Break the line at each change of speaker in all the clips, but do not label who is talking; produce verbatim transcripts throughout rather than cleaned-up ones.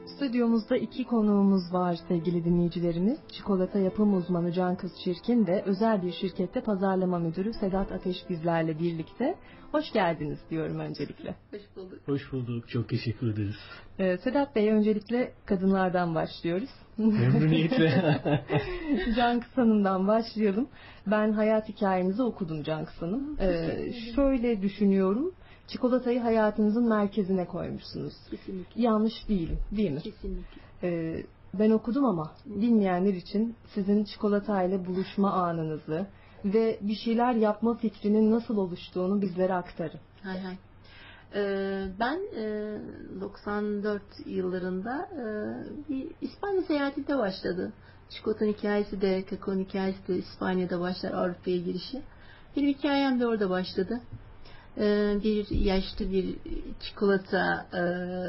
Stüdyomuzda iki konuğumuz var sevgili dinleyicilerimiz. Çikolata yapım uzmanı Cankız Çirkin ve özel bir şirkette pazarlama müdürü Sedat Ateş bizlerle birlikte. Hoş geldiniz diyorum öncelikle.
Hoş bulduk.
Hoş bulduk. Çok teşekkür ederiz.
Ee, Sedat Bey, öncelikle kadınlardan başlıyoruz.
Memnuniyetle.
Cankız Hanım'dan başlayalım. Ben hayat hikayenizi okudum Cankız Hanım. Ee, şöyle düşünüyorum. Çikolatayı hayatınızın merkezine koymuşsunuz.
Kesinlikle.
Yanlış değilim, değil mi?
Kesinlikle.
Ee, ben okudum ama bilmeyenler için sizin çikolatayla buluşma anınızı ve bir şeyler yapma fikrinin nasıl oluştuğunu bizlere aktarın.
Hay hay. Ee, ben e, doksan dört yıllarında e, bir İspanya seyahatinde başladı. Çikolatanın hikayesi de, kakaonun hikayesi de İspanya'da başlar, Avrupa'ya girişi. Benim hikayem de orada başladı. Ee, bir yaşlı bir çikolata e,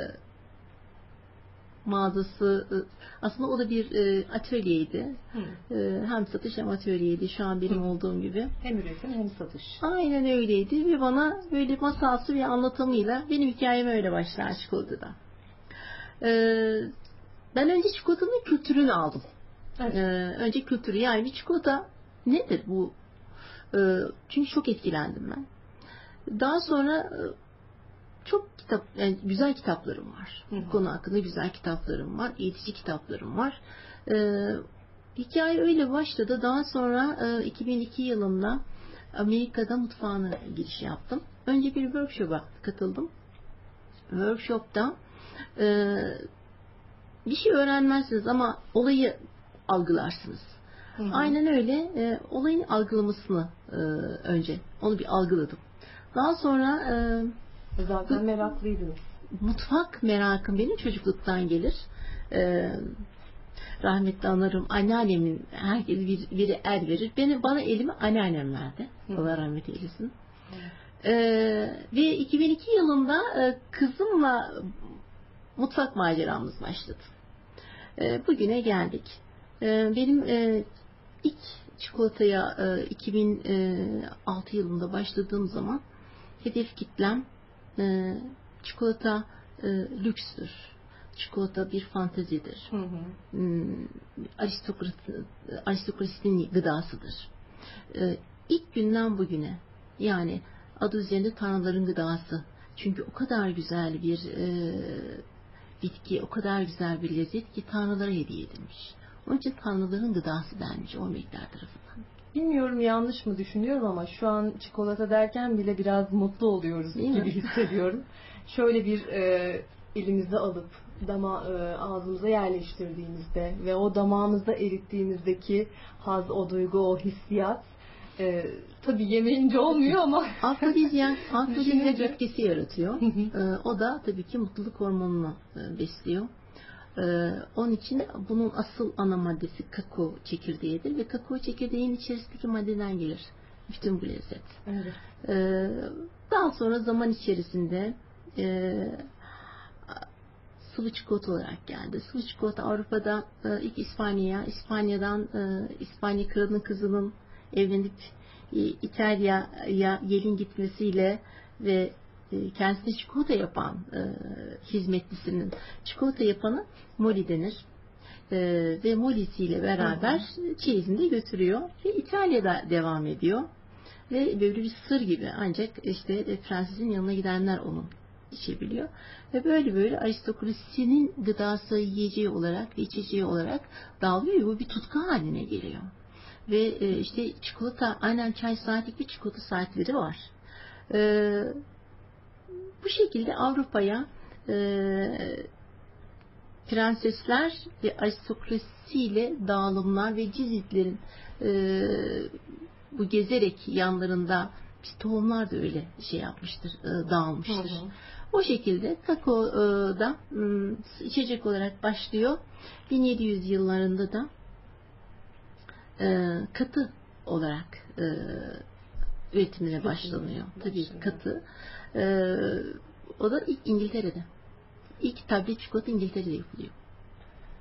mağazası, aslında o da bir e, atölyeydi. E, hem satış hem atölyeydi. Şu an benim Hı. olduğum gibi.
Hem üretim hem satış.
Aynen öyleydi ve bana böyle masalsı bir anlatımıyla benim hikayem öyle başlar çikolatada. E, ben önce çikolatanın kültürünü aldım. Evet. E, önce kültürü, yani bir çikolata nedir bu? E, çünkü çok etkilendim ben. Daha sonra çok kitap, yani güzel kitaplarım var.
Hı hı.
Bu konu hakkında güzel kitaplarım var. Eğitici kitaplarım var. Ee, hikaye öyle başladı. Daha sonra e, iki bin iki yılında Amerika'da mutfağına giriş yaptım. Önce bir workshop'a katıldım. Workshop'ta e, bir şey öğrenmezsiniz ama olayı algılarsınız. Hı hı. Aynen öyle. E, olayın algılamasını e, önce onu bir algıladım. Daha sonra
e, zaten meraklıydınız.
Mutfak merakım benim çocukluktan gelir. E, rahmetli anarım. Anneannemin, herkes bir, biri el verir. Beni, bana elimi anneannem verdi. Allah rahmet eylesin. E, ve iki bin iki yılında e, kızımla mutfak maceramız başladı. E, bugüne geldik. E, benim e, ilk çikolataya e, iki bin altı yılında başladığım zaman hedef kitlem e, çikolata e, lükstür. Çikolata bir fantezidir. Hı hı. Hmm, aristokrasi, aristokrasinin gıdasıdır. E, ilk günden bugüne, yani adı üzerinde tanrıların gıdası. Çünkü o kadar güzel bir e, bitki, o kadar güzel bir lezzet ki tanrılara hediye edilmiş. Onun için tanrıların gıdası denmiş o melekler tarafından.
Bilmiyorum yanlış mı düşünüyorum ama şu an çikolata derken bile biraz mutlu oluyoruz
Değil
gibi
mi?
hissediyorum. Şöyle bir e, elimize alıp dama e, ağzımıza yerleştirdiğimizde ve o damağımızda erittiğimizdeki haz, o duygu, o hissiyat e, tabii yemeyince olmuyor ama
afrodizyak, afrodizyak etkisi yaratıyor. e, o da tabii ki mutluluk hormonunu e, besliyor. Ee, onun için bunun asıl ana maddesi kakao çekirdeğidir ve kakao çekirdeğinin içerisindeki maddeden gelir bütün bu lezzet.
Evet.
Ee, daha sonra zaman içerisinde e, sıvı çikolata olarak geldi. Sıvı çikolata Avrupa'da e, ilk İspanya'ya, İspanya'dan e, İspanya kralının kızının evlenip e, İtalya'ya gelin gitmesiyle ve kendisine çikolata yapan e, hizmetlisinin çikolata yapanı Molly denir. E, ve Molly'siyle beraber çeyizini de götürüyor ve İtalya'da devam ediyor. Ve böyle bir sır gibi, ancak işte prensesin yanına gidenler onun içebiliyor. Ve böyle böyle aristokrasinin gıdası, yiyeceği olarak ve içeceği olarak dağılıyor. Bu bir tutku haline geliyor. Ve e, işte çikolata, aynen çay saatlik bir çikolata saatleri var. Eee Bu şekilde Avrupa'ya e, prensesler ve aristokrasiyle dağılımlar ve cizitlerin e, bu gezerek yanlarında biz tohumlar da öyle şey yapmıştır, e, dağılmıştır. Hı hı. O şekilde kakao e, da e, içecek olarak başlıyor. bin yedi yüz yıllarında da e, katı olarak e, üretimine başlanıyor. Tabii katı. Ee, o da ilk İngiltere'de. İlk tablet çikolata İngiltere'de yapılıyor.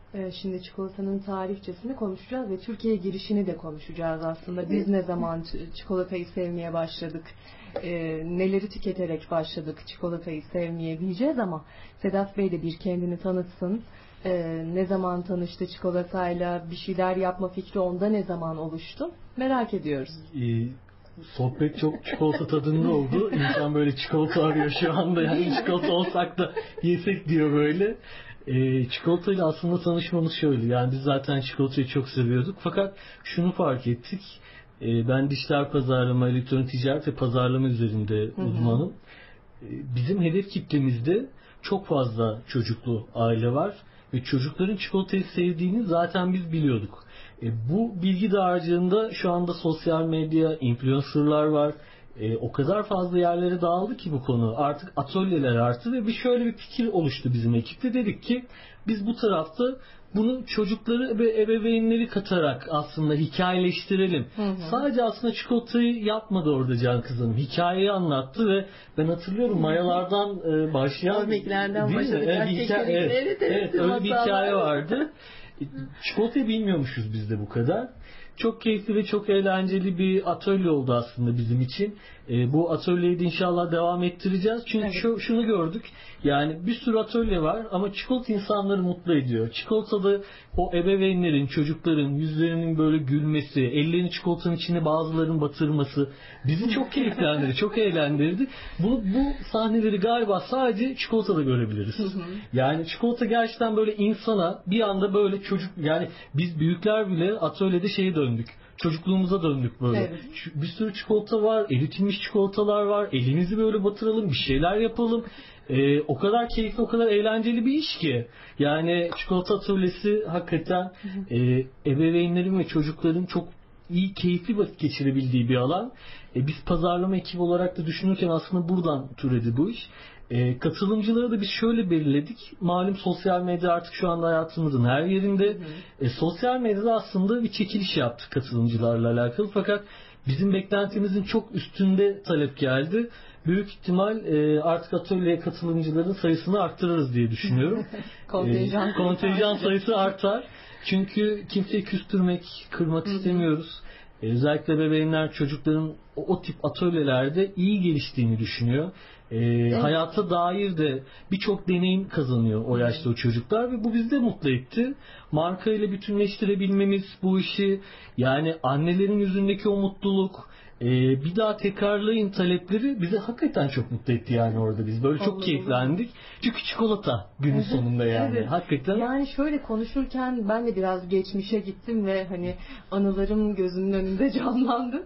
Şimdi çikolatanın tarihçesini konuşacağız ve Türkiye girişini de konuşacağız aslında. Biz ne zaman çikolatayı sevmeye başladık, e, neleri tüketerek başladık çikolatayı sevmeye diyeceğiz ama Sedat Bey de bir kendini tanıtsın. E, ne zaman tanıştı çikolatayla, bir şeyler yapma fikri onda ne zaman oluştu? Merak ediyoruz.
Ee, sohbet çok çikolata tadında oldu. İnsan böyle çikolata arıyor şu anda. Yani çikolata olsak da yesek diyor böyle. E, çikolatayla aslında tanışmamız şöyle. Yani biz zaten çikolatayı çok seviyorduk. Fakat şunu fark ettik. E, ben dijital pazarlama, elektronik ticaret ve pazarlama üzerinde uzmanım. E, bizim hedef kitlemizde çok fazla çocuklu aile var. Ve çocukların çikolatayı sevdiğini zaten biz biliyorduk. E, bu bilgi dağarcığında şu anda sosyal medya, influencerlar var. E, o kadar fazla yerlere dağıldı ki bu konu. Artık atölyeler arttı ve bir şöyle bir fikir oluştu bizim ekipte. Dedik ki biz bu tarafta bunu çocukları ve ebeveynleri katarak aslında hikayeleştirelim. Hı hı. Sadece aslında çikolatayı yapmadı orada Can Kızım. Hikayeyi anlattı ve ben hatırlıyorum mayalardan e, başlayan
örneklerden başladık.
Evet, bir hikaye, evet, evet, evet, öyle bir hikaye vardı. Çikolatayı bilmiyormuşuz biz de bu kadar. Çok keyifli ve çok eğlenceli bir atölye oldu aslında bizim için. E, bu atölyeyi de inşallah devam ettireceğiz. Çünkü evet. şu, şunu gördük. Yani bir sürü atölye var ama çikolata insanları mutlu ediyor. Çikolatada o ebeveynlerin, çocukların yüzlerinin böyle gülmesi, ellerini çikolatanın içine bazılarının batırması bizi çok keyiflendirdi, çok eğlendirdi. Bu, bu sahneleri galiba sadece çikolatada görebiliriz. Yani çikolata gerçekten böyle insana bir anda böyle çocuk, yani biz büyükler bile atölyede şeye döndük. Çocukluğumuza döndük böyle. Evet. Bir sürü çikolata var, eritilmiş çikolatalar var. Elimizi böyle batıralım, bir şeyler yapalım. Ee, o kadar keyifli, o kadar eğlenceli bir iş ki. Yani çikolata atölyesi hakikaten e, ebeveynlerin ve çocukların çok iyi, keyifli vakit geçirebildiği bir alan. E, biz pazarlama ekibi olarak da düşünürken aslında buradan türedi bu iş. E, katılımcıları da biz şöyle belirledik. Malum sosyal medya artık şu anda hayatımızın her yerinde. E, sosyal medyada aslında bir çekiliş yaptık katılımcılarla alakalı. Fakat bizim beklentimizin çok üstünde talep geldi. Büyük ihtimal e, artık atölyeye katılımcıların sayısını arttırırız diye düşünüyorum.
kontenjan,
e, kontenjan sayısı artar. Çünkü kimseyi küstürmek, kırmak istemiyoruz. E, özellikle bebeğinler, çocukların o, o tip atölyelerde iyi geliştiğini düşünüyor. E, evet. Hayata dair de birçok deneyim kazanıyor o yaşta o çocuklar ve bu bizi de mutlu etti. Marka ile bütünleştirebilmemiz bu işi, yani annelerin yüzündeki o mutluluk, e, bir daha tekrarlayın talepleri bizi hakikaten çok mutlu etti yani orada biz. Böyle çok Anladım. keyiflendik. Çünkü çikolata günün sonunda yani. Evet. Hakikaten.
Yani şöyle konuşurken ben de biraz geçmişe gittim ve hani anılarım gözümün önünde canlandı.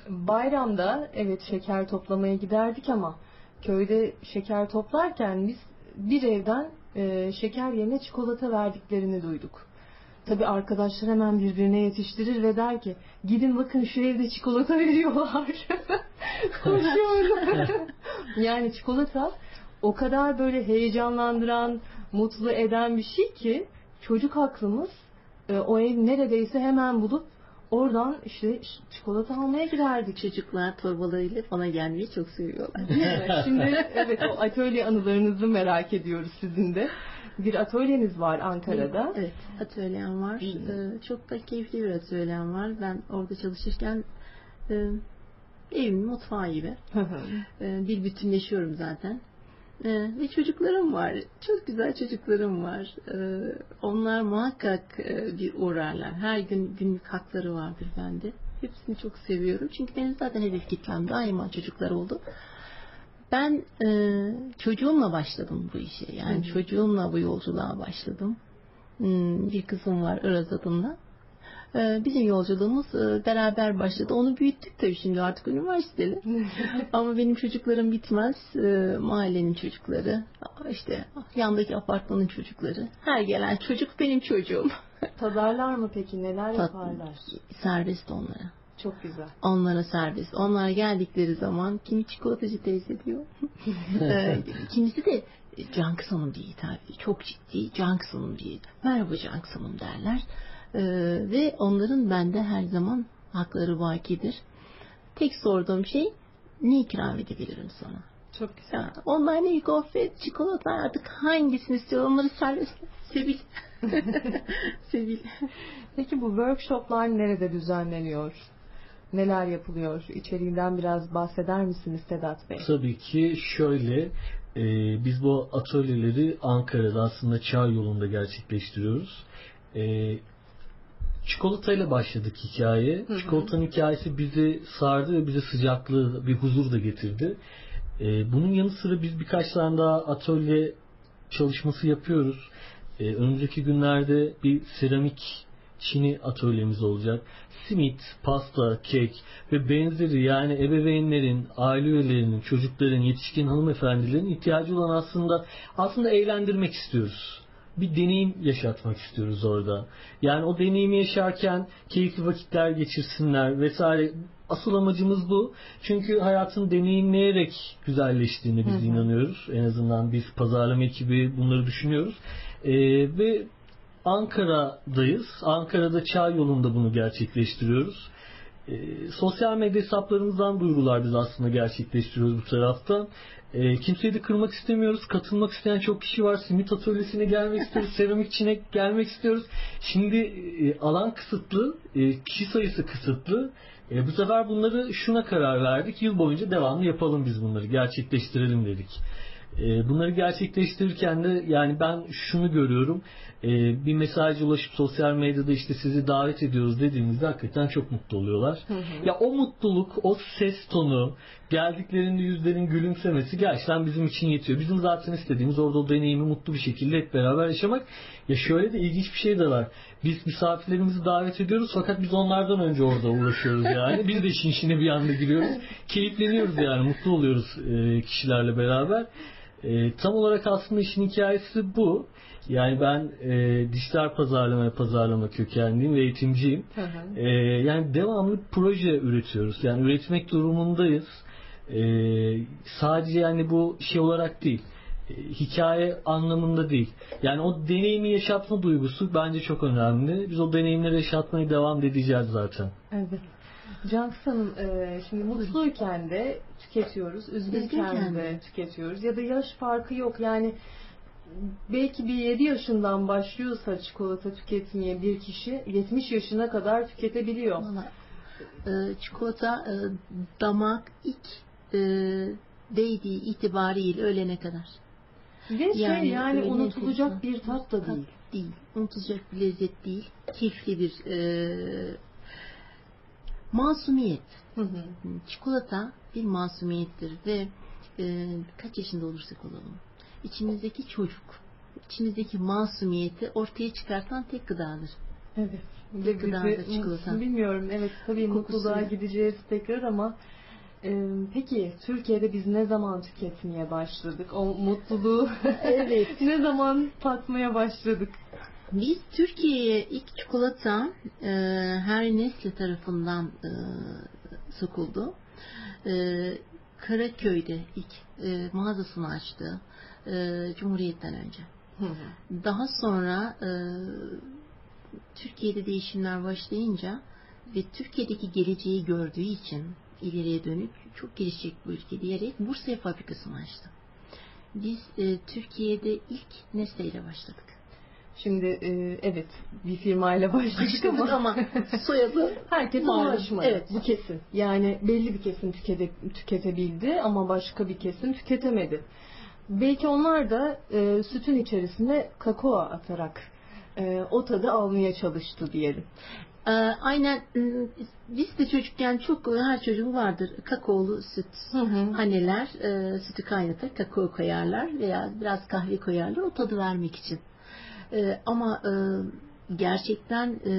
Bayramda evet şeker toplamaya giderdik ama köyde şeker toplarken biz bir evden e, şeker yerine çikolata verdiklerini duyduk. Tabii arkadaşlar hemen birbirine yetiştirir ve der ki gidin bakın şu evde çikolata veriyorlar. Koşuyorum. Yani çikolata o kadar böyle heyecanlandıran, mutlu eden bir şey ki çocuk aklımız e, o ev neredeyse hemen bulup oradan işte çikolata almaya giderdik.
Çocuklar torbalarıyla bana gelmeyi çok seviyorlar.
Evet, şimdi evet o atölye anılarınızı merak ediyoruz sizin de. Bir atölyeniz var Ankara'da.
Evet, atölyem var. Ee, çok da keyifli bir atölyem var. Ben orada çalışırken e, evimin mutfağı gibi. e, bir bütünleşiyorum zaten. E, ve çocuklarım var. Çok güzel çocuklarım var. E, onlar muhakkak e, bir uğrarlar. Her gün günlük hakları vardır bende. Hepsini çok seviyorum. Çünkü benim zaten hedef kitlem daima çocuklar oldu. Ben e, çocuğumla başladım bu işe. Yani Hı-hı. çocuğumla bu yolculuğa başladım. Hmm, bir kızım var Iraz adında. E, bizim yolculuğumuz e, beraber başladı. Onu büyüttük tabii şimdi artık üniversiteli. Ama benim çocuklarım bitmez. E, mahallenin çocukları, işte yandaki apartmanın çocukları. Her gelen çocuk benim çocuğum.
Tadarlar mı peki? Neler yaparlar?
Serbest onlara.
Çok güzel.
Onlara serbest. Onlar geldikleri zaman kimi çikolatacı teyze diyor. e, kimisi de Cankız Hanım diye hitap ediyor. Çok ciddi Cankız Hanım diye. Merhaba Cankız Hanım derler. E, ve onların bende her zaman hakları vakidir. Tek sorduğum şey ne ikram edebilirim sana?
Çok güzel.
Ya, onlar ne gofret, çikolata artık hangisini istiyor onları serbest Sebil. Sebil.
Peki bu workshoplar nerede düzenleniyor? Neler yapılıyor? İçeriğinden biraz bahseder misiniz Sedat Bey?
Tabii ki şöyle, e, biz bu atölyeleri Ankara'da aslında Çağ yolunda gerçekleştiriyoruz. E, çikolatayla başladık hikaye. Hı hı. Çikolatanın hikayesi bizi sardı ve bize sıcaklığı, bir huzur da getirdi. E, bunun yanı sıra biz birkaç tane daha atölye çalışması yapıyoruz. E, önümüzdeki günlerde bir seramik Çini atölyemiz olacak. Simit, pasta, kek ve benzeri, yani ebeveynlerin, aile üyelerinin, çocukların, yetişkin hanımefendilerin ihtiyacı olan aslında aslında eğlendirmek istiyoruz. Bir deneyim yaşatmak istiyoruz orada. Yani o deneyimi yaşarken keyifli vakitler geçirsinler vesaire. Asıl amacımız bu. Çünkü hayatın deneyimleyerek güzelleştiğine biz hı hı. inanıyoruz. En azından biz pazarlama ekibi bunları düşünüyoruz. Ee, ve Ankara'dayız. Ankara'da Çağ yolunda bunu gerçekleştiriyoruz. E, sosyal medya hesaplarımızdan duyurular biz aslında gerçekleştiriyoruz bu taraftan. E, kimseyi de kırmak istemiyoruz. Katılmak isteyen çok kişi var. Simit atölyesine gelmek istiyoruz. Seramik Çin'e gelmek istiyoruz. Şimdi e, alan kısıtlı. E, kişi sayısı kısıtlı. E, bu sefer bunları şuna karar verdik. Yıl boyunca devamlı yapalım biz bunları. Gerçekleştirelim dedik. Bunları gerçekleştirirken de yani ben şunu görüyorum, bir mesaj ulaşıp sosyal medyada işte sizi davet ediyoruz dediğimizde hakikaten çok mutlu oluyorlar. Hı hı. Ya o mutluluk, o ses tonu, geldiklerinde yüzlerin gülümsemesi gerçekten bizim için yetiyor. Bizim zaten istediğimiz orada o deneyimi mutlu bir şekilde hep beraber yaşamak. Ya şöyle de ilginç bir şey de var. Biz misafirlerimizi davet ediyoruz fakat biz onlardan önce orada uğraşıyoruz yani. Biz de işin içine bir anda giriyoruz. Keyifleniyoruz yani, mutlu oluyoruz kişilerle beraber. E, tam olarak aslında işin hikayesi bu. Yani ben e, dijital pazarlama ve pazarlama kökenliyim ve eğitimciyim. Hı hı. E, yani devamlı proje üretiyoruz. Yani üretmek durumundayız. E, sadece yani bu şey olarak değil. E, hikaye anlamında değil. Yani o deneyimi yaşatma duygusu bence çok önemli. Biz o deneyimleri yaşatmaya devam edeceğiz zaten.
Evet. Cankız Hanım, e, şimdi mutluyken de tüketiyoruz, üzgünken de tüketiyoruz ya da yaş farkı yok. Yani belki bir yedi yaşından başlıyorsa çikolata tüketmeye bir kişi yetmiş yaşına kadar tüketebiliyor.
Vallahi, e, çikolata e, damak ilk e, değdiği itibariyle ölene kadar.
Ve yani, şey yani unutulacak bir tat da değil.
Değil. Unutulacak bir lezzet değil. Keyifli bir e, masumiyet. Hı hı. Çikolata bir masumiyettir ve e, kaç yaşında olursak olalım, İçimizdeki çocuk, içimizdeki masumiyeti ortaya çıkartan tek gıdadır.
Evet.
Tek gıdadır çikolata.
Bilmiyorum. Evet, tabii mutluluğa gideceğiz tekrar ama e, peki Türkiye'de biz ne zaman tüketmeye başladık? O mutluluğu evet. ne zaman tatmaya başladık?
Biz Türkiye'ye ilk çikolata e, her Nestle tarafından e, sokuldu. E, Karaköy'de ilk e, mağazasını açtı. E, Cumhuriyet'ten önce. Hı hı. Daha sonra e, Türkiye'de değişimler başlayınca ve Türkiye'deki geleceği gördüğü için ileriye dönük çok gelişecek bu ülke diyerek Bursa fabrikasını açtı. Biz e, Türkiye'de ilk Nestle ile başladık.
Şimdi e, evet bir firmayla başladık ama,
ama soyadı
herkese ulaşmadı. Evet, bu kesin. Yani belli bir kesim tükete, tüketebildi ama başka bir kesim tüketemedi. Belki onlar da e, sütün içerisine kakao atarak e, o tadı almaya çalıştı diyelim.
E, aynen, biz de çocukken çok, her çocuğun vardır kakaolu süt. Hı hı. Anneler e, sütü kaynatır, kakao koyarlar veya biraz kahve koyarlar o tadı vermek için. Ee, ama e, gerçekten e,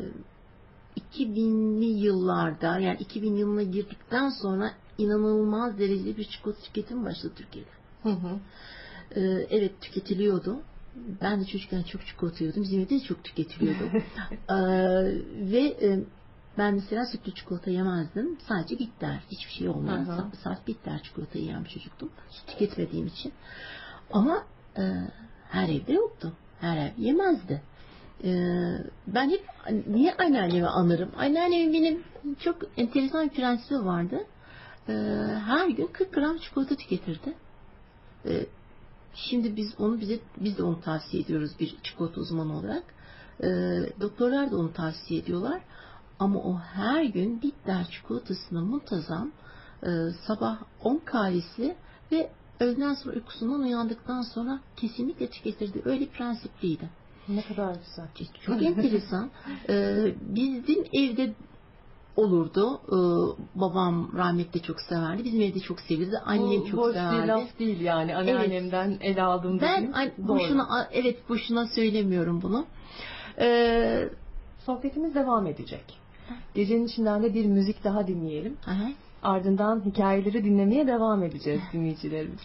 iki binli yıllarda, yani iki bin yılına girdikten sonra inanılmaz derecede bir çikolata tüketimi başladı Türkiye'de. Hı hı. Ee, evet, tüketiliyordu. Ben de çocukken çok çikolata yiyordum. Bizim evde de çok tüketiliyordu. ee, ve e, ben mesela sütlü çikolata yemezdim. Sadece bitter. Hiçbir şey olmayan saf, saf bitter çikolata yiyen bir çocuktum. Hiç tüketmediğim için. Ama e, her evde yoktu. Her ev yemezdi. Ee, ben hep niye anneannemi anırım? Anneannemin benim çok enteresan bir prensibi vardı. Ee, her gün kırk gram çikolata tüketirdi. Ee, Şimdi biz onu bize biz de onu tavsiye ediyoruz bir çikolata uzmanı olarak. E, doktorlar da onu tavsiye ediyorlar. Ama o her gün bitter çikolatasını muntazam e, sabah on kahvesi ve öğleden sonra uykusundan uyandıktan sonra kesinlikle tüketirdi. Öyle prensipliydi.
Ne kadar güzel.
Çok enteresan. Ee, bizim evde olurdu. Ee, babam rahmetli çok severdi. Bizim evde çok sevildi. Annem
Bu
çok
boş
severdi.
bir laf değil yani. Anneannemden evet. El aldım
ben an, boşuna evet boşuna söylemiyorum bunu.
Ee, Sohbetimiz devam edecek. Gecenin içinden de bir müzik daha dinleyelim.
Aha.
Ardından hikayeleri dinlemeye devam edeceğiz dinleyicilerimiz.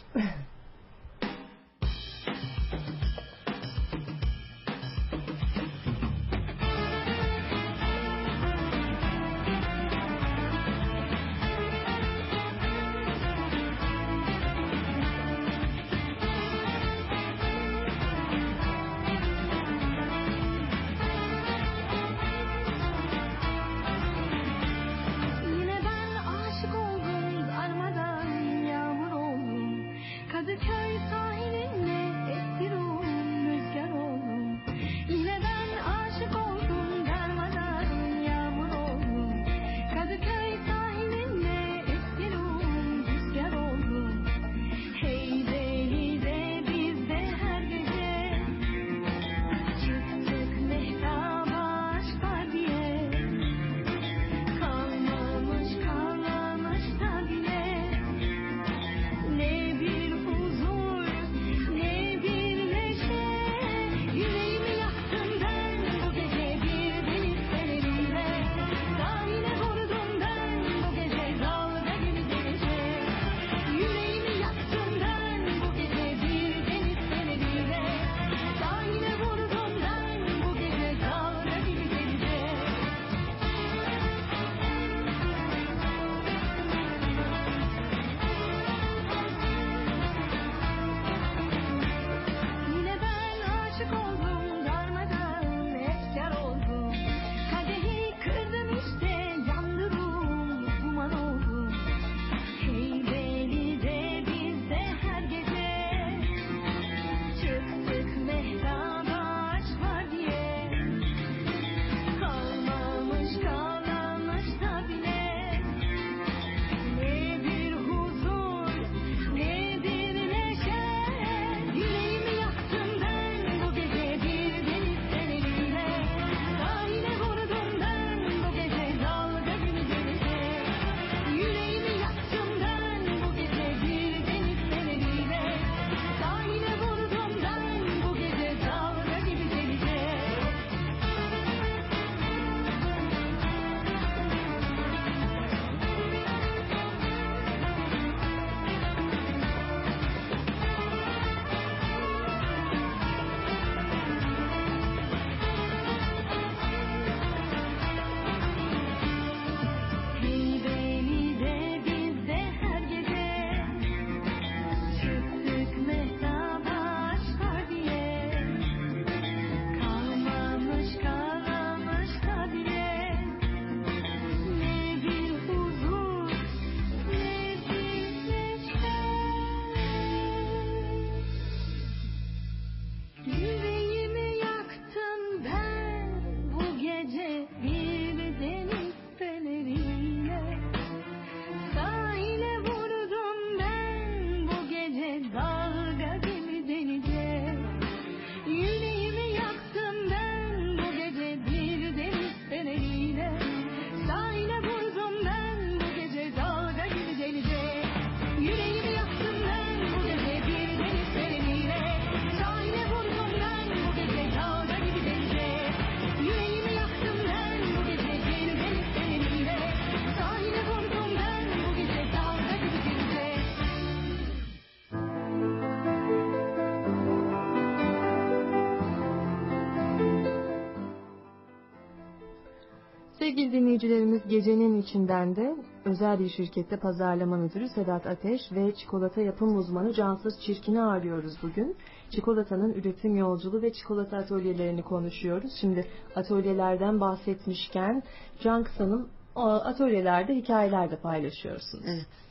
Sevgili dinleyicilerimiz, gecenin içinden de özel bir şirkette pazarlama müdürü Sedat Ateş ve çikolata yapım uzmanı Cansız Çirkin'i ağırlıyoruz bugün. Çikolatanın üretim yolculuğu ve çikolata atölyelerini konuşuyoruz. Şimdi atölyelerden bahsetmişken Can Kısan'ın atölyelerde hikayeler de paylaşıyorsunuz.
Evet.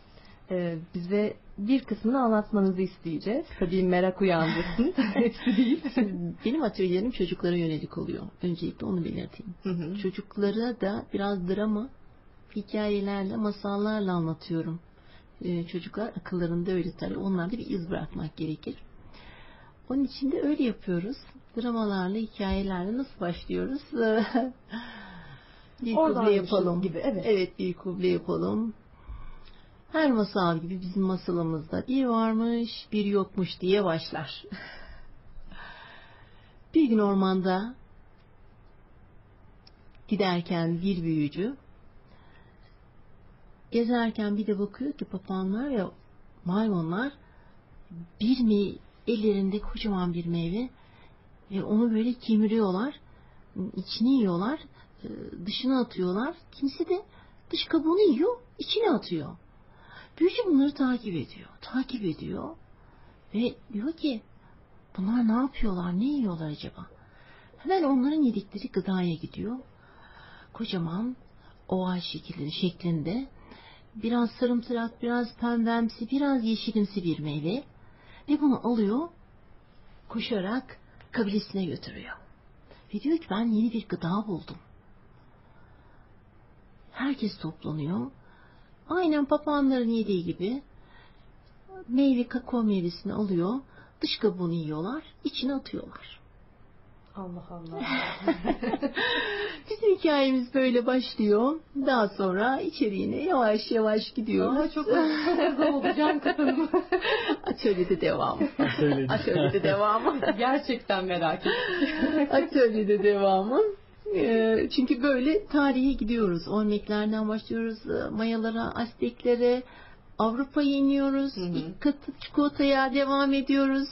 Ee, bize bir kısmını anlatmanızı isteyeceğiz. Tabii merak uyandırsın. Hepsi değil.
Benim atölyelerim çocuklara yönelik oluyor. Öncelikle onu belirteyim. Hı hı. Çocuklara da biraz drama, hikayelerle, masallarla anlatıyorum. Ee, çocuklar akıllarında öyle tabii. Onlarda bir iz bırakmak gerekir. Onun için de öyle yapıyoruz. Dramalarla, hikayelerle nasıl başlıyoruz? bir kuble yapalım. Gibi, evet. evet, bir kuble yapalım. Her masal gibi bizim masalımızda bir varmış, bir yokmuş diye başlar. Bir gün ormanda giderken bir büyücü gezerken bir de bakıyor ki papağanlar ve maymunlar bir meyve, ellerinde kocaman bir meyve ve onu böyle kemiriyorlar, içini yiyorlar, dışına atıyorlar. Kimisi de dış kabuğunu yiyor, içine atıyor. Büyücü bunları takip ediyor, takip ediyor ve diyor ki bunlar ne yapıyorlar, ne yiyorlar acaba? Hemen onların yedikleri gıdaya gidiyor. Kocaman oval şekilleri şeklinde biraz sarımtırak, biraz pembemsi, biraz yeşilimsi bir meyve ve bunu alıyor, koşarak kabilesine götürüyor. Ve diyor ki ben yeni bir gıda buldum. Herkes toplanıyor. Aynen papağanların yediği gibi meyve, kakao meyvesini alıyor, dış kabuğunu yiyorlar, içine atıyorlar.
Allah Allah.
Bizim hikayemiz böyle başlıyor. Daha sonra içeriğine yavaş yavaş gidiyoruz.
Ama çok hızlı oldu Can Katanım.
Atölyede devamı.
Atölyede.
Atölyede devamı.
Gerçekten merak ettim.
Atölyede devamı. Çünkü böyle tarihe gidiyoruz. Olmeklerden başlıyoruz. Mayalara, Azteklere, Avrupa'ya iniyoruz. Hı hı. İlk katı çikolataya devam ediyoruz.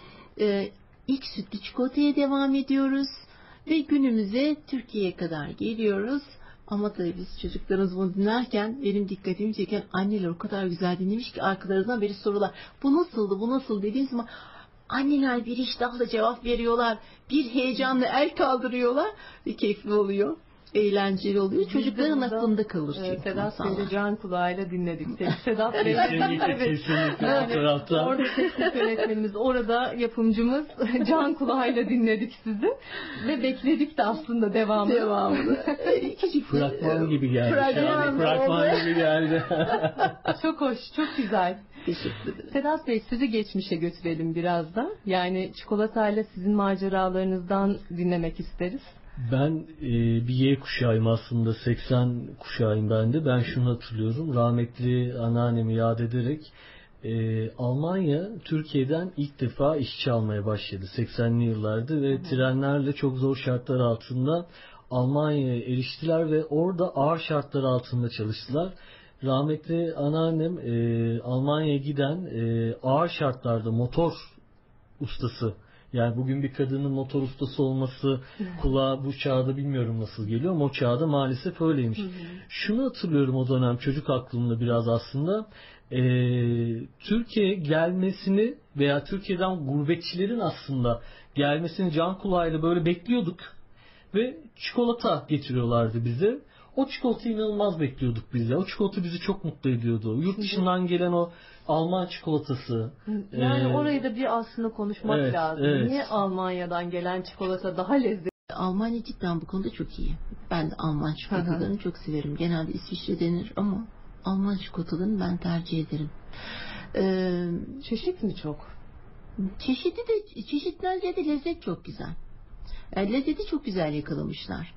Ee, ilk sütlü çikolataya devam ediyoruz. Ve günümüze Türkiye'ye kadar geliyoruz. Ama tabii biz çocuklarımız bunu dinlerken benim dikkatimi çeken anneler o kadar güzel dinlemiş ki arkalarından beri sorular. Bu nasıldı, bu nasıl dediğimiz zaman anneler bir iştahla cevap veriyorlar. Bir heyecanla el kaldırıyorlar ve keyifli oluyor. Eğlenceli oluyor. Biz Çocukların aklında kalır.
E, Sedat Bey'le can kulağıyla dinledik. Sedat Bey.
Kesinlikle, kesinlikle. Yani,
orada teknik yönetmenimiz, orada yapımcımız can kulağıyla dinledik sizi. Ve bekledik de aslında devamlı.
Devamlı.
Fragman gibi geldi.
Fragman,
Fragman gibi geldi.
Çok hoş, çok güzel.
Teşekkür ederim.
Sedat Bey, sizi geçmişe götürelim biraz da. Yani çikolatayla sizin maceralarınızdan dinlemek isteriz.
Ben e, bir Y kuşağıyım aslında. seksen kuşağıyım ben de. Ben şunu hatırlıyorum. Rahmetli anneannemi yad ederek e, Almanya Türkiye'den ilk defa işçi almaya başladı. seksenli yıllardı ve Hı. trenlerle çok zor şartlar altında Almanya'ya eriştiler ve orada ağır şartlar altında çalıştılar. Rahmetli anneannem e, Almanya'ya giden e, ağır şartlarda motor ustası. Yani bugün bir kadının motor ustası olması kulağa bu çağda bilmiyorum nasıl geliyor ama o çağda maalesef öyleymiş. Hı hı. Şunu hatırlıyorum o dönem çocuk aklımda biraz aslında. E, Türkiye'ye gelmesini veya Türkiye'den gurbetçilerin aslında gelmesini can kulağıyla böyle bekliyorduk. Ve çikolata getiriyorlardı bize. O çikolatayı inanılmaz bekliyorduk biz de. O çikolata bizi çok mutlu ediyordu. Yurt dışından gelen o Alman çikolatası.
Yani ee, orayı da bir aslında konuşmak evet, lazım. Evet. Niye Almanya'dan gelen çikolata daha lezzetli?
Almanya cidden bu konuda çok iyi. Ben de Alman çikolatalarını çok severim. Genelde İsviçre denir ama Alman çikolatalarını ben tercih ederim.
Ee, Çeşit mi çok?
Çeşidi de çeşitlerce de lezzet çok güzel. Yani lezzeti çok güzel yakalamışlar.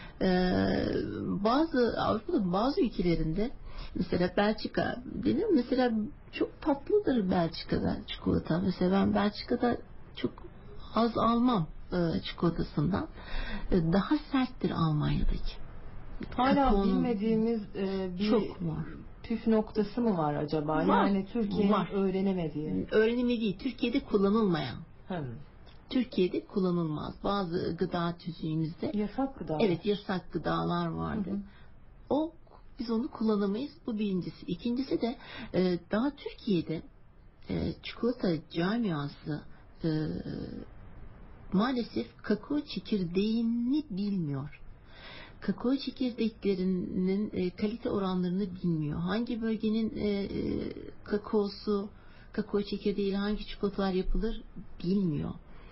Ee, bazı Avrupa'da bazı ülkelerinde mesela Belçika denir. Mesela çok tatlıdır Belçika'da çikolata. Mesela ben Belçika'da çok az almam e, çikolatasından. E, daha serttir Almanya'daki.
Hala Kakaonun bilmediğimiz e, bir çok var. Püf noktası mı var acaba? Var. Yani Türkiye'nin öğrenemediği.
Öğrenemediği, Türkiye'de kullanılmayan.
Hı.
Türkiye'de kullanılmaz. Bazı gıda tüzüğümüzde
yasak gıda.
Evet, yasak gıdalar vardı. Hı hı. O biz onu kullanamayız. Bu birincisi. İkincisi de e, daha Türkiye'de e, çikolata camiası e, maalesef kakao çekirdeğini bilmiyor. kakao çekirdeklerinin e, kalite oranlarını bilmiyor. Hangi bölgenin e, e, kakaosu, kakao çekirdeğiyle hangi çikolatalar yapılır bilmiyor.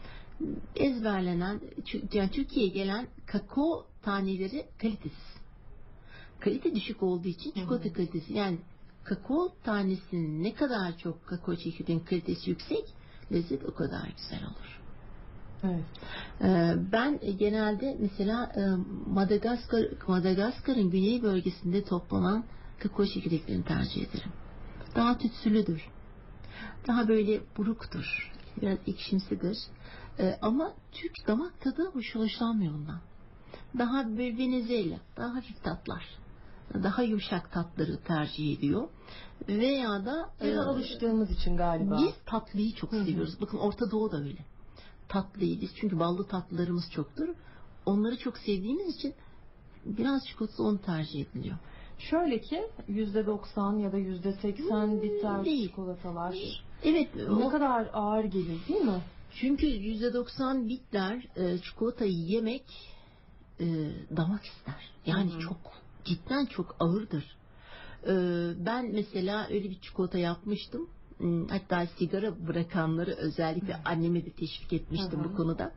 Ezberlenen, yani Türkiye'ye gelen kakao taneleri kalitesiz. Kalite düşük olduğu için çikolata Hı-hı. kalitesi, yani kakao tanesinin ne kadar çok kakao çekirdeğin kalitesi yüksek, lezzet o kadar güzel olur.
Evet.
Ee, ben genelde mesela e, Madagaskar, Madagaskar'ın güney bölgesinde toplanan kakao çekirdeklerini tercih ederim. Daha tütsülüdür. Daha böyle buruktur. Biraz ekşimsidir. Ee, ama Türk damak tadı hoş hoşlanmıyor bundan. Daha böyle Venezuela, daha hafif tatlar. Daha yumuşak tatları tercih ediyor. Veya da
Biz e, alıştığımız için galiba.
Biz tatlıyı çok Hı-hı. seviyoruz. Bakın Orta Doğu da öyle. Tatlıyı biz, çünkü ballı tatlılarımız çoktur. Onları çok sevdiğimiz için biraz çikolata onu tercih ediliyor.
Şöyle ki yüzde doksan ya da yüzde seksen bitter değil. Çikolatalar. Değil.
Evet.
Ne
o
kadar ağır gelir değil mi?
Çünkü yüzde doksan bitter e, çikolatayı yemek e, damak ister. Yani Hı-hı. çok cidden çok ağırdır. E, ben mesela öyle bir çikolata yapmıştım. Hatta sigara bırakanları özellikle Hı-hı. anneme de teşvik etmiştim Hı-hı. bu konuda.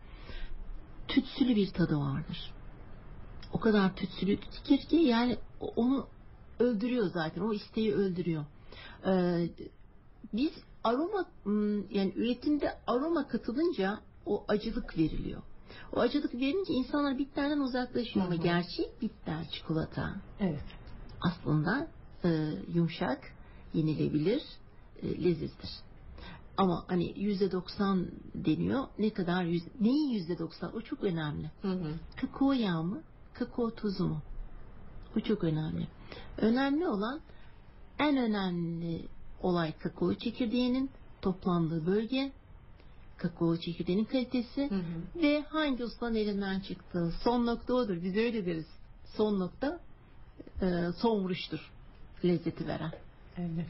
Tütsülü bir tadı vardır. O kadar tütsülü ki yani onu öldürüyor zaten. O isteği öldürüyor. Ee, biz aroma, yani üretimde aroma katılınca o acılık veriliyor. O acılık verince insanlar bitterden uzaklaşıyor. Hı-hı. Ama gerçek bitter çikolata
evet.
aslında e, yumuşak, yenilebilir, e, lezzetlidir. Ama hani yüzde doksan deniyor. Ne kadar yüzde, neyin yüzde doksan? O çok önemli.
Hı hı.
Kakao yağı mı? Kakao tuzu mu? O çok önemli. Önemli olan, en önemli olay kakao çekirdeğinin toplandığı bölge, kakao çekirdeğinin kalitesi hı hı. ve hangi ustanın elinden çıktığı. Son nokta odur. Biz öyle deriz. Son nokta e, son vuruştur. Lezzeti veren.
Evet.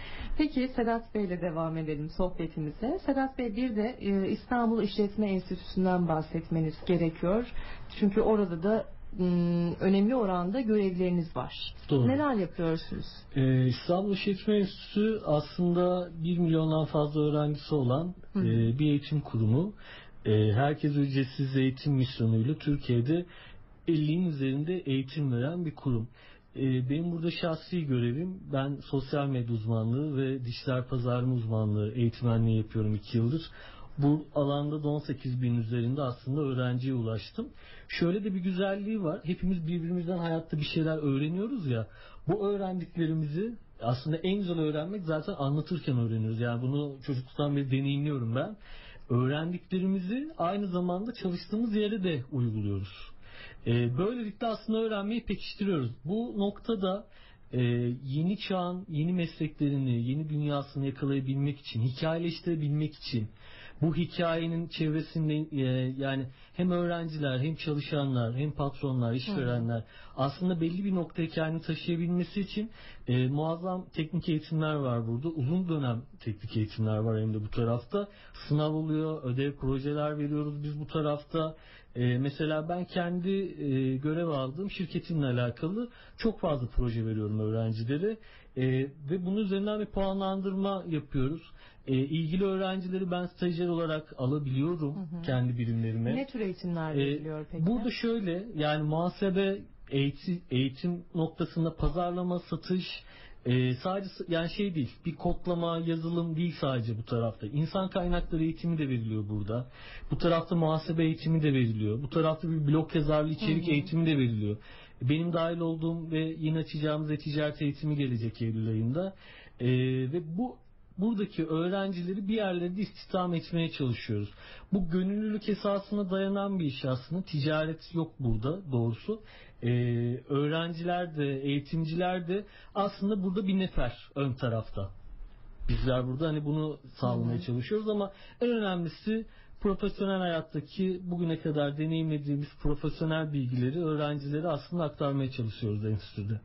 Peki Sedat Bey ile devam edelim sohbetimize. Sedat Bey, bir de e, İstanbul İşletme Enstitüsü'nden bahsetmeniz gerekiyor. Çünkü orada da m, önemli oranda görevleriniz var.
Doğru.
Neler yapıyorsunuz?
Ee, İstanbul İşletme Enstitüsü aslında bir milyondan fazla öğrencisi olan e, bir eğitim kurumu. E, herkes ücretsiz eğitim misyonuyla Türkiye'de ellinin üzerinde eğitim veren bir kurum. Benim burada şahsi görevim, ben sosyal medya uzmanlığı ve dijital pazarlama uzmanlığı eğitmenliği yapıyorum iki yıldır. Bu alanda da on sekiz bin üzerinde aslında öğrenciye ulaştım. Şöyle de bir güzelliği var. Hepimiz birbirimizden hayatta bir şeyler öğreniyoruz ya. Bu öğrendiklerimizi aslında en güzel öğrenmek zaten anlatırken öğreniyoruz. Yani bunu çocukluktan beri deneyimliyorum ben. Öğrendiklerimizi aynı zamanda çalıştığımız yere de uyguluyoruz. Ee, böylelikle aslında öğrenmeyi pekiştiriyoruz. Bu noktada e, yeni çağın yeni mesleklerini, yeni dünyasını yakalayabilmek için, hikayeleştirebilmek için, bu hikayenin çevresinde e, yani hem öğrenciler, hem çalışanlar, hem patronlar, işverenler Hı. aslında belli bir noktaya kendini taşıyabilmesi için e, muazzam teknik eğitimler var burada. Uzun dönem teknik eğitimler var hem de bu tarafta. Sınav oluyor, ödev, projeler veriyoruz biz bu tarafta. E, mesela ben kendi e, görev aldığım şirketimle alakalı çok fazla proje veriyorum öğrencilere e, ve bunun üzerinden bir puanlandırma yapıyoruz. E, ilgili öğrencileri ben stajyer olarak alabiliyorum hı hı. kendi birimlerime.
Ne tür eğitimler veriliyor peki?
E, burada şöyle, yani muhasebe, eğitim, eğitim noktasında pazarlama, satış, Ee, sadece yani şey değil, bir kodlama, yazılım değil sadece bu tarafta. İnsan kaynakları eğitimi de veriliyor burada. Bu tarafta muhasebe eğitimi de veriliyor. Bu tarafta bir blog yazarlığı, içerik hı hı. eğitimi de veriliyor. Benim dahil olduğum ve yeni açacağımız e-ticaret eğitimi gelecek Eylül ayında. Ee, ve bu buradaki öğrencileri bir yerlerde istihdam etmeye çalışıyoruz. Bu gönüllülük esasına dayanan bir iş aslında. Ticaret yok burada doğrusu. Ee, öğrenciler de, eğitimciler de aslında burada bir nefer ön tarafta. Bizler burada hani bunu sağlamaya hmm. çalışıyoruz ama en önemlisi profesyonel hayattaki bugüne kadar deneyimlediğimiz profesyonel bilgileri öğrencilere aslında aktarmaya çalışıyoruz enstitüde.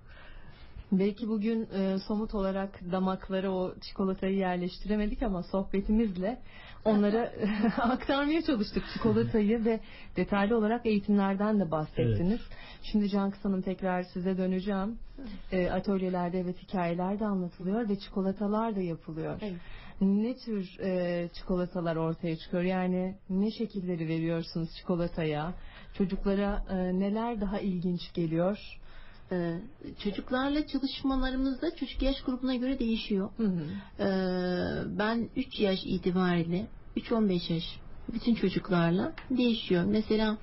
Belki bugün e, somut olarak damaklara o çikolatayı yerleştiremedik ama sohbetimizle onlara aktarmaya çalıştık çikolatayı ve detaylı olarak eğitimlerden de bahsettiniz. Evet. Şimdi Cankız Hanım tekrar size döneceğim. E, atölyelerde evet hikayeler de anlatılıyor ve çikolatalar da yapılıyor. Evet. Ne tür e, çikolatalar ortaya çıkıyor? Yani ne şekilleri veriyorsunuz çikolataya? Çocuklara e, neler daha ilginç geliyor?
Ee, çocuklarla çalışmalarımızda çocuk yaş grubuna göre değişiyor. Hı hı. Ee, ben üç yaş itibariyle üç on beş yaş bütün çocuklarla değişiyor. Mesela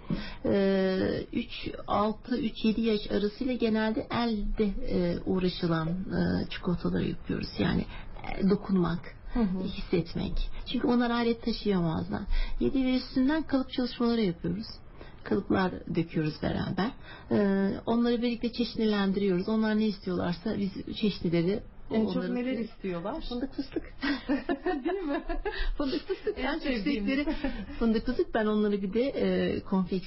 e, üç altı üç yedi yaş arasıyla genelde elde e, uğraşılan e, çikolataları yapıyoruz. Yani e, dokunmak, hı hı. hissetmek. Çünkü onlar alet taşıyamazlar. yedi ve üstünden kalıp çalışmaları yapıyoruz. Kalıplar döküyoruz beraber. Ee, onları birlikte çeşnilendiriyoruz. Onlar ne istiyorlarsa biz çeşnileri
en çok neler istiyorlar?
Fındık fıstık.
Değil mi?
Fındık fıstık. En, en sevdikleri fındık fıstık. Ben onları bir de e, konfeks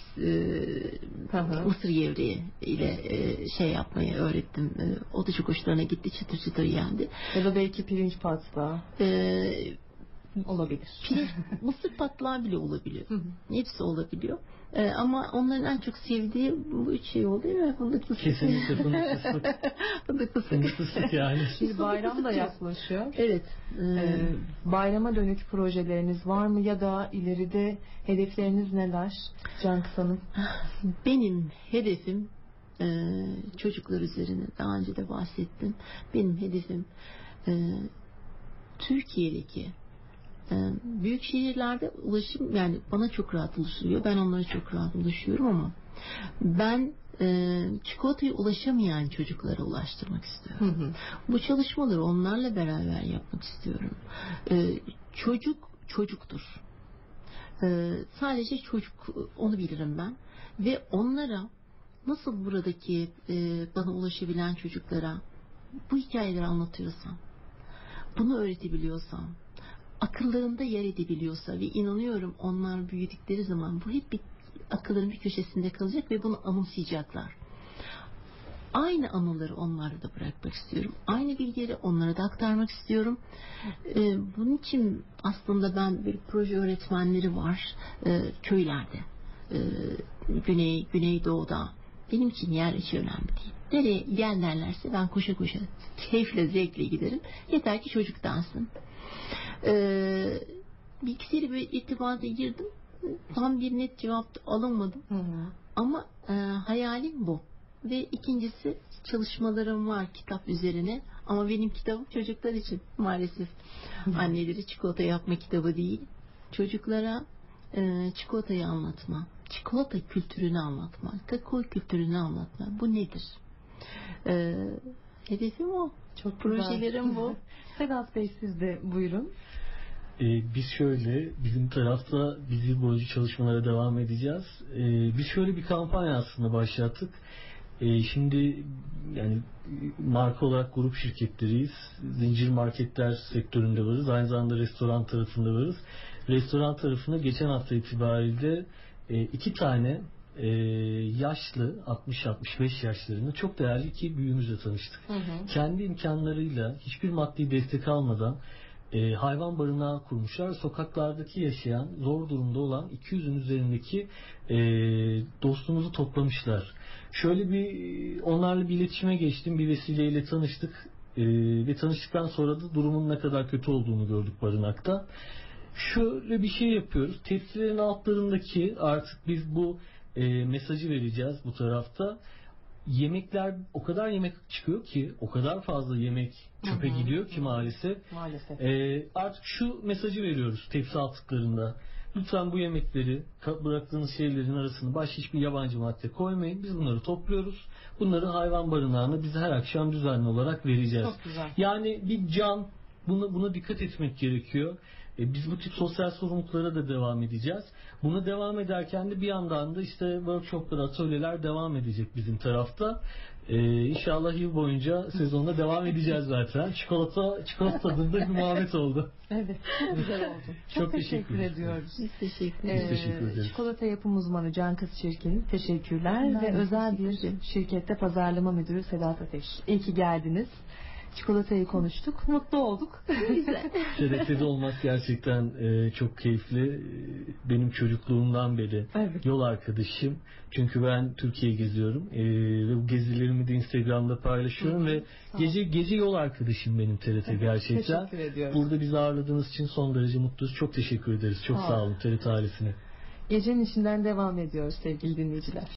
e, mısır gevreği ile e, şey yapmayı öğrettim. E, o da çok hoşlarına gitti. Çıtır çıtır yendi.
Ya da belki pirinç pasta.
Eee
olabilir.
Pirinç, mısır patlağı bile olabiliyor. Hı hı. Hepsi olabiliyor. Ee, ama onların en çok sevdiği bu üç şey oldu değil mi? Fındık fıstık.
Kesinlikle fındık fıstık.
Fındık fıstık.
Fındık fıstık yani.
Şimdi bayram da yaklaşıyor.
Evet.
Ee, bayrama dönük projeleriniz var mı ya da ileride hedefleriniz neler Cankız Hanım?
Benim hedefim e, çocuklar üzerine daha önce de bahsettim. Benim hedefim e, Türkiye'deki büyük şehirlerde ulaşım yani bana çok rahat ulaşılıyor. Ben onlara çok rahat ulaşıyorum ama ben e, çikolataya ulaşamayan çocuklara ulaştırmak istiyorum. Hı hı. Bu çalışmaları onlarla beraber yapmak istiyorum. E, çocuk çocuktur. E, sadece çocuk onu bilirim ben. Ve onlara nasıl buradaki e, bana ulaşabilen çocuklara bu hikayeleri anlatıyorsam, bunu öğretebiliyorsam, akıllarında yer edebiliyorsa ve inanıyorum onlar büyüdükleri zaman bu hep bir akılların bir köşesinde kalacak ve bunu anımsayacaklar. Aynı anıları onlara da bırakmak istiyorum. Aynı bilgileri onlara da aktarmak istiyorum. Ee, bunun için aslında ben bir proje öğretmenleri var e, köylerde. E, Güney, Güneydoğu'da. Benim için yer hiç önemli değil. Nereye gel derlerse ben koşa koşa keyifle, zevkle giderim. Yeter ki çocuk dansın. Ee, bilgisayarı bir irtibata girdim. Tam bir net cevap alamadım. Hı hı. Ama e, hayalim bu. Ve ikincisi çalışmalarım var kitap üzerine. Ama benim kitabım çocuklar için maalesef. Hı. Anneleri çikolata yapma kitabı değil. Çocuklara e, çikolatayı anlatma. Çikolata kültürünü anlatma. Kakao kültürünü anlatma. Bu nedir? E, hedefim o. Çok projelerim bu.
Sedat Bey siz de buyurun.
Ee, biz şöyle bizim tarafta biz yıl boyunca çalışmalara devam edeceğiz. Ee, biz şöyle bir kampanya aslında başlattık. Ee, şimdi yani marka olarak grup şirketleriyiz. Zincir marketler sektöründe varız. Aynı zamanda restoran tarafında varız. Restoran tarafında geçen hafta itibariyle e, iki tane e, yaşlı altmış altmış beş yaşlarında çok değerli iki büyüğümüzle tanıştık. Hı hı. Kendi imkanlarıyla hiçbir maddi destek almadan e, hayvan barınağı kurmuşlar. Sokaklardaki yaşayan zor durumda olan iki yüzün üzerindeki e, dostumuzu toplamışlar. Şöyle bir onlarla bir iletişime geçtim. Bir vesileyle tanıştık. E, ve tanıştıktan sonra da durumun ne kadar kötü olduğunu gördük barınakta. Şöyle bir şey yapıyoruz. Tepsilerin altlarındaki artık biz bu e, mesajı vereceğiz bu tarafta. Yemekler o kadar yemek çıkıyor ki o kadar fazla yemek çöpe hı hı, gidiyor ki maalesef.
Maalesef.
E, artık şu mesajı veriyoruz tepsi altlıklarında. Lütfen bu yemekleri bıraktığınız şeylerin arasında başka hiçbir yabancı madde koymayın. Biz bunları topluyoruz. Bunları hayvan barınağına biz her akşam düzenli olarak vereceğiz.
Çok güzel.
Yani bir can buna, buna dikkat etmek gerekiyor. E, biz bu tip sosyal sorumluluklara da devam edeceğiz. Buna devam ederken de bir yandan da işte workshoplar, atölyeler devam edecek bizim tarafta. E, İnşallah yıl boyunca sezonda devam edeceğiz zaten. Çikolata, çikolata tadında bir muhabbet oldu.
Evet, çok güzel oldu. Çok, çok teşekkür, teşekkür ediyoruz.
Biz teşekkür,
ee, teşekkür ederiz. Çikolata yapım uzmanı Cankız Çirkin, teşekkürler. Ben Ve özel bir şirkette pazarlama müdürü Sedat Ateş. İyi ki geldiniz. çikolatayı konuştuk. Mutlu olduk.
Güzel.
T R T'de olmak gerçekten e, çok keyifli. E, Benim çocukluğumdan beri
Evet.
yol arkadaşım. Çünkü ben Türkiye geziyorum. E, ve bu gezilerimi de Instagram'da paylaşıyorum.
Hı hı.
Ve
Sağ ol.
gece gece yol arkadaşım benim T R T
Evet,
gerçekten.
teşekkür ediyoruz.
Burada bizi ağırladığınız için son derece mutluyuz. Çok teşekkür ederiz. Çok
Sağ ol.
sağ olun T R T ailesine.
Gecenin içinden devam ediyoruz sevgili dinleyiciler.